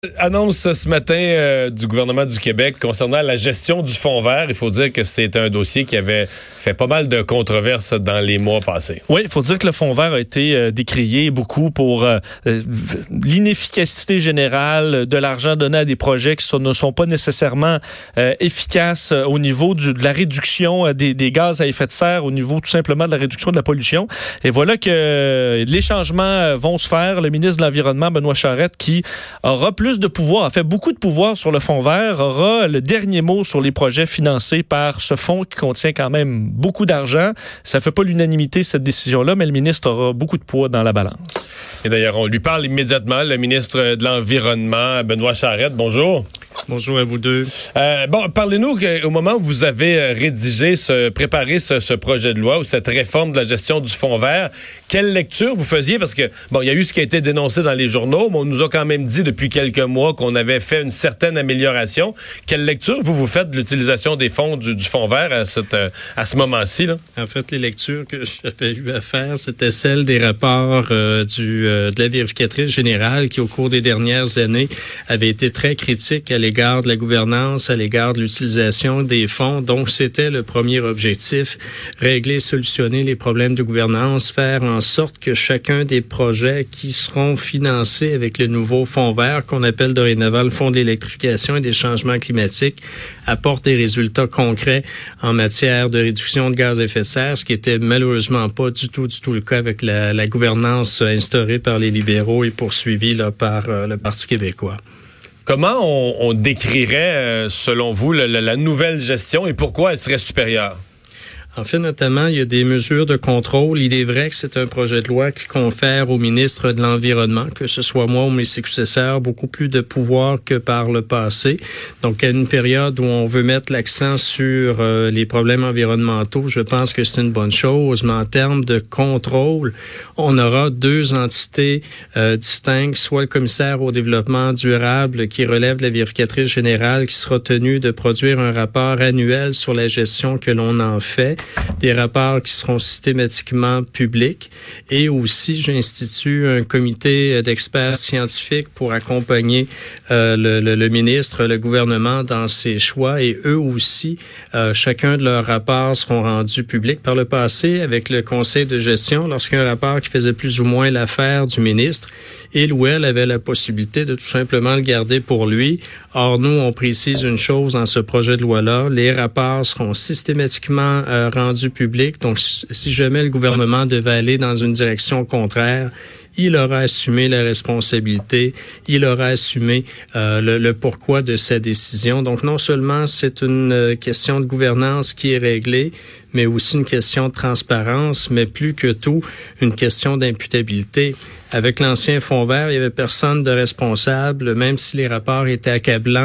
Annonce ce matin du gouvernement du Québec concernant la gestion du fonds vert. Il faut dire que c'est un dossier qui avait fait pas mal de controverses dans les mois passés. Oui, il faut dire que le fonds vert a été décrié beaucoup pour l'inefficacité générale de l'argent donné à des projets qui ne sont pas nécessairement efficaces au niveau de la réduction des gaz à effet de serre, au niveau tout simplement de la réduction de la pollution. Et voilà que les changements vont se faire. Le ministre de l'Environnement, Benoît Charette, qui aura plus de pouvoir, a fait beaucoup de pouvoir sur le fonds vert, aura le dernier mot sur les projets financés par ce fonds qui contient quand même beaucoup d'argent. Ça ne fait pas l'unanimité, cette décision-là, mais le ministre aura beaucoup de poids dans la balance. Et d'ailleurs, on lui parle immédiatement, le ministre de l'Environnement, Benoît Charette. Bonjour. Bonjour à vous deux. Parlez-nous au moment où vous avez préparé ce projet de loi ou cette réforme de la gestion du fonds vert, quelle lecture vous faisiez? Parce que, il y a eu ce qui a été dénoncé dans les journaux, mais on nous a quand même dit depuis quelques mois qu'on avait fait une certaine amélioration. Quelle lecture vous faites de l'utilisation des fonds du fonds vert à ce moment-ci, là? En fait, les lectures que j'avais eu à faire, c'était celle des rapports de la vérificatrice générale qui, au cours des dernières années, avait été très critique à l'égard de la gouvernance, à l'égard de l'utilisation des fonds. Donc, c'était le premier objectif, régler, solutionner les problèmes de gouvernance, faire en sorte que chacun des projets qui seront financés avec le nouveau fonds vert, qu'on appelle dorénavant le Fonds de l'électrification et des changements climatiques, apporte des résultats concrets en matière de réduction de gaz à effet de serre, ce qui était malheureusement pas du tout le cas avec la gouvernance instaurée par les libéraux et poursuivie là, par le Parti québécois. Comment on décrirait, selon vous, la nouvelle gestion et pourquoi elle serait supérieure? En fait, notamment, il y a des mesures de contrôle. Il est vrai que c'est un projet de loi qui confère au ministre de l'Environnement, que ce soit moi ou mes successeurs, beaucoup plus de pouvoir que par le passé. Donc, à une période où on veut mettre l'accent sur les problèmes environnementaux, je pense que c'est une bonne chose. Mais en termes de contrôle, on aura deux entités distinctes, soit le commissaire au développement durable qui relève de la vérificatrice générale qui sera tenue de produire un rapport annuel sur la gestion que l'on en fait, des rapports qui seront systématiquement publics, et aussi j'institue un comité d'experts scientifiques pour accompagner le ministre, le gouvernement dans ses choix, et eux aussi, chacun de leurs rapports seront rendus publics. Par le passé, avec le conseil de gestion, lorsqu'il y a un rapport qui faisait plus ou moins l'affaire du ministre, il ou elle avait la possibilité de tout simplement le garder pour lui. Or, nous, on précise une chose dans ce projet de loi-là, les rapports seront systématiquement rendus publics. Donc, si jamais le gouvernement devait aller dans une direction contraire, il aura assumé la responsabilité, il aura assumé le pourquoi de sa décision. Donc, non seulement c'est une question de gouvernance qui est réglée, mais aussi une question de transparence, mais plus que tout, une question d'imputabilité. Avec l'ancien fonds vert, il y avait personne de responsable, même si les rapports étaient accablants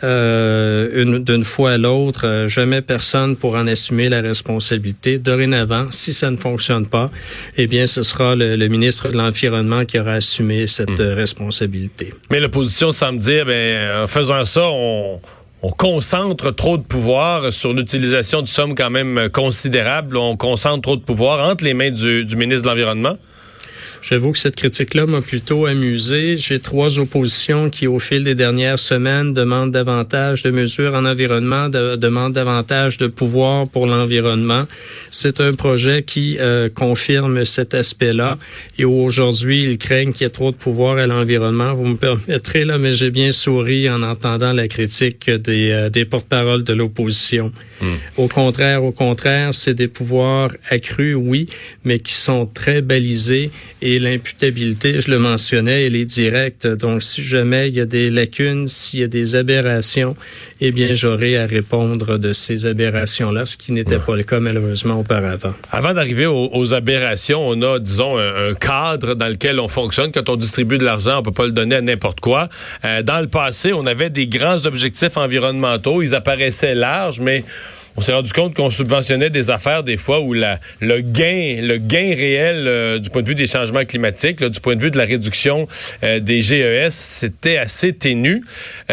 d'une fois à l'autre, jamais personne pour en assumer la responsabilité. Dorénavant, si ça ne fonctionne pas, eh bien, ce sera le ministre de l'Environnement qui aura assumé cette responsabilité. Mais l'opposition semble dire, en faisant ça, on concentre trop de pouvoir sur l'utilisation de sommes quand même considérables. On concentre trop de pouvoir entre les mains du ministre de l'Environnement. J'avoue que cette critique-là m'a plutôt amusé. J'ai trois oppositions qui, au fil des dernières semaines, demandent davantage de mesures en environnement, demandent davantage de pouvoir pour l'environnement. C'est un projet qui confirme cet aspect-là. Et aujourd'hui, ils craignent qu'il y ait trop de pouvoir à l'environnement. Vous me permettrez, là, mais j'ai bien souri en entendant la critique des porte-paroles de l'opposition. Au contraire, c'est des pouvoirs accrus, oui, mais qui sont très balisés. Et l'imputabilité, je le mentionnais, elle est directe. Donc, si jamais il y a des lacunes, s'il y a des aberrations, eh bien, j'aurai à répondre de ces aberrations-là, ce qui n'était pas le cas, malheureusement, auparavant. Avant d'arriver aux aberrations, on a, disons, un cadre dans lequel on fonctionne. Quand on distribue de l'argent, on peut pas le donner à n'importe quoi. Dans le passé, on avait des grands objectifs environnementaux. Ils apparaissaient larges, mais on s'est rendu compte qu'on subventionnait des affaires des fois où le gain réel du point de vue des changements climatiques, du point de vue de la réduction des GES, c'était assez ténu.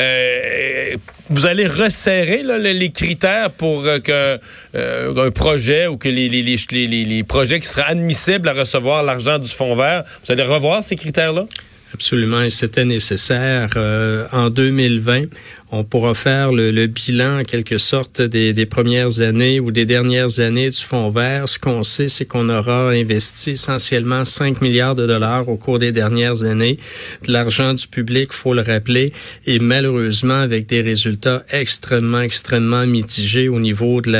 Vous allez resserrer les critères pour qu'un projet ou que les projets qui seraient admissibles à recevoir l'argent du fonds vert, vous allez revoir ces critères-là? Absolument, et c'était nécessaire. En 2020, on pourra faire le bilan, en quelque sorte, des premières années ou des dernières années du Fonds vert. Ce qu'on sait, c'est qu'on aura investi essentiellement 5 milliards de dollars au cours des dernières années. De l'argent du public, faut le rappeler, et malheureusement avec des résultats extrêmement mitigés au niveau de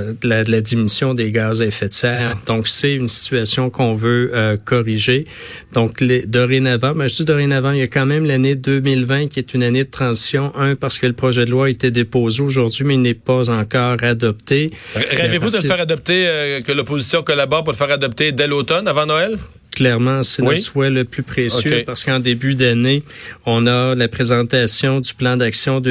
la diminution des gaz à effet de serre. Donc, c'est une situation qu'on veut corriger. Donc, dorénavant, je dis dorénavant, il y a quand même l'année 2020 qui est une année de transition. Parce que le projet de loi a été déposé aujourd'hui, mais il n'est pas encore adopté. Rêvez-vous de le faire adopter, que l'opposition collabore pour le faire adopter dès l'automne, avant Noël? Clairement, c'est notre souhait le plus précieux parce qu'en début d'année, on a la présentation du plan d'action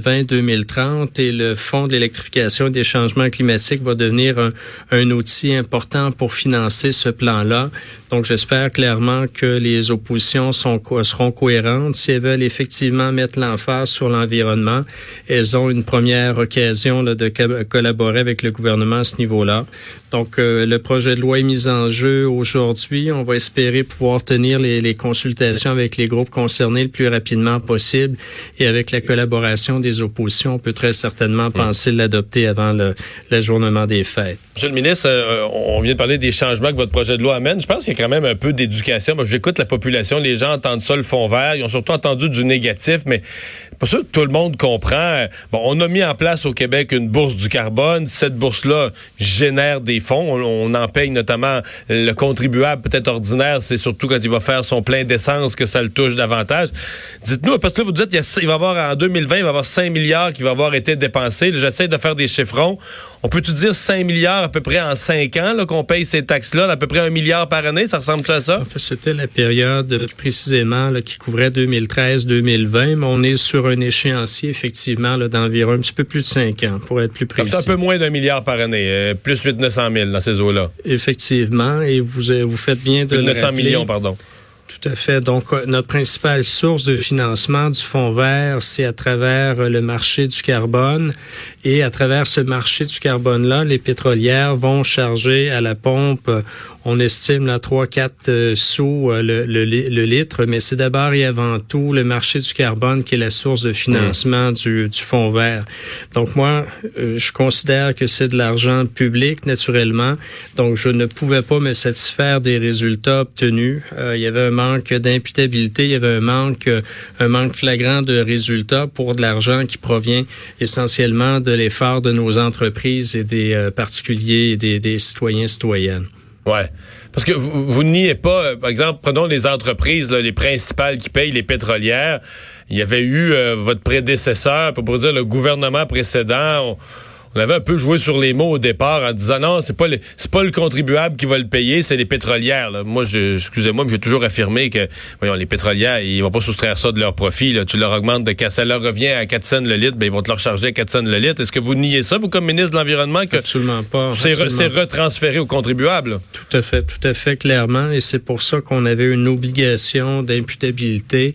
2020-2030 et le Fonds d'électrification et des changements climatiques va devenir un outil important pour financer ce plan-là. Donc, j'espère clairement que les oppositions seront cohérentes. Si elles veulent effectivement mettre l'emphase sur l'environnement, elles ont une première occasion de collaborer avec le gouvernement à ce niveau-là. Donc, le projet de loi est mis en jeu aujourd'hui. On va espérer pouvoir tenir les consultations avec les groupes concernés le plus rapidement possible. Et avec la collaboration des oppositions, on peut très certainement penser l'adopter avant l'ajournement des fêtes. Monsieur le ministre, on vient de parler des changements que votre projet de loi amène. Je pense qu'il y a quand même un peu d'éducation. Moi, j'écoute la population, les gens entendent ça, le Fonds vert. Ils ont surtout entendu du négatif, mais pas sûr que tout le monde comprend. Bon, on a mis en place au Québec une bourse du carbone. Cette bourse-là génère des fonds. On en paye notamment le contribuable, peut-être ordinaire. C'est surtout quand il va faire son plein d'essence que ça le touche davantage. Dites-nous, parce que là, vous dites, il va y avoir, en 2020, il va y avoir 5 milliards qui vont avoir été dépensés. Là, j'essaie de faire des chiffrons. On peut-tu dire 5 milliards à peu près en 5 ans là, qu'on paye ces taxes-là, à peu près 1 milliard par année? Ça ressemble-tu à ça? En fait, c'était la période précisément là, qui couvrait 2013-2020, mais on est sur un échéancier effectivement là, d'environ un petit peu plus de 5 ans, pour être plus précis. C'est un peu moins d'1 milliard par année, plus 800 000 dans ces eaux-là. Effectivement, et vous faites bien de le 900 rappeler. millions, pardon. Tout à fait. Donc, notre principale source de financement du Fonds vert, c'est à travers le marché du carbone. Et à travers ce marché du carbone-là, les pétrolières vont charger à la pompe, on estime là 3-4 sous le litre, mais c'est d'abord et avant tout le marché du carbone qui est la source de financement du Fonds vert. Donc moi, je considère que c'est de l'argent public, naturellement. Donc je ne pouvais pas me satisfaire des résultats obtenus. Il y avait un manque d'imputabilité, il y avait un manque flagrant de résultats pour de l'argent qui provient essentiellement de l'effort de nos entreprises et des particuliers et des citoyens-citoyennes. Ouais. Parce que vous niez pas, par exemple, prenons les entreprises, là, les principales qui payent, les pétrolières. Il y avait eu votre prédécesseur, pour dire le gouvernement précédent, on avait un peu joué sur les mots au départ en disant non, c'est pas le contribuable qui va le payer, c'est les pétrolières. Là. Moi, excusez-moi, mais j'ai toujours affirmé que voyons, les pétrolières, ils vont pas soustraire ça de leur profit. Là. Tu leur augmentes ça leur revient à 4 cents le litre, ben ils vont te leur charger à 4 cents le litre. Est-ce que vous niez ça, vous, comme ministre de l'Environnement, que absolument pas. C'est retransféré aux contribuables? Tout à fait clairement, et c'est pour ça qu'on avait une obligation d'imputabilité.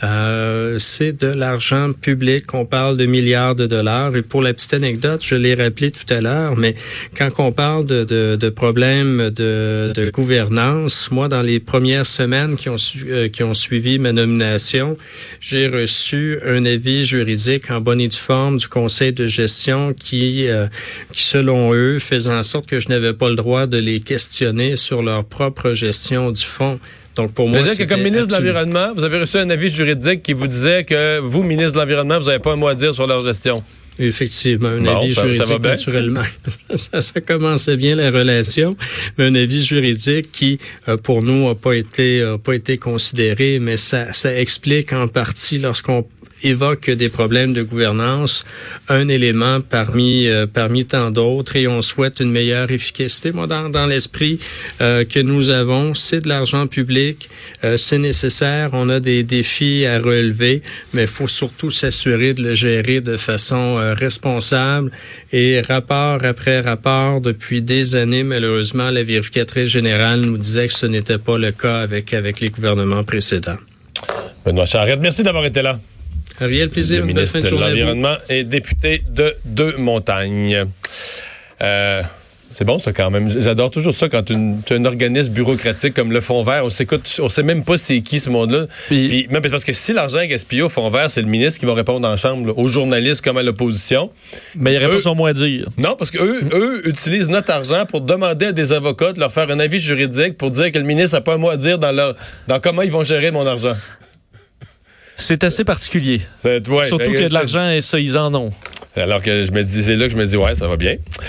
C'est de l'argent public, on parle de milliards de dollars, et pour la petite anecdote, je l'ai rappelé tout à l'heure, mais quand on parle de problèmes de gouvernance, moi, dans les premières semaines qui ont suivi ma nomination, j'ai reçu un avis juridique en bonne et due forme du conseil de gestion qui selon eux, faisait en sorte que je n'avais pas le droit de les questionner sur leur propre gestion du fonds. Donc pour moi, c'est-à-dire que comme ministre de l'Environnement, vous avez reçu un avis juridique qui vous disait que vous, ministre de l'Environnement, vous n'avez pas un mot à dire sur leur gestion. Effectivement, un avis juridique, ça naturellement. ça commençait bien la relation, mais un avis juridique qui, pour nous, a pas été considéré, mais ça explique en partie lorsqu'on évoque des problèmes de gouvernance, un élément parmi tant d'autres, et on souhaite une meilleure efficacité. Moi, dans l'esprit que nous avons, c'est de l'argent public, c'est nécessaire, on a des défis à relever, mais il faut surtout s'assurer de le gérer de façon responsable. Et rapport après rapport, depuis des années, malheureusement, la vérificatrice générale nous disait que ce n'était pas le cas avec les gouvernements précédents. Benoît Charette, merci d'avoir été là. Ariel, plaisir. Le ministre de l'Environnement et député de Deux-Montagnes. C'est bon, ça, quand même. J'adore toujours ça quand tu as un organisme bureaucratique comme le Fonds vert. On sait même pas c'est qui ce monde-là. Puis même parce que si l'argent est gaspillé au Fonds vert, c'est le ministre qui va répondre en chambre, là, aux journalistes comme à l'opposition. Mais il n'y aurait pas son mot à dire. Non, parce qu'eux utilisent notre argent pour demander à des avocats de leur faire un avis juridique pour dire que le ministre n'a pas un mot à dire dans comment ils vont gérer mon argent. C'est assez particulier. Surtout qu'il y a de l'argent et ça, ils en ont. Alors que c'est là que je me dis, ouais, ça va bien.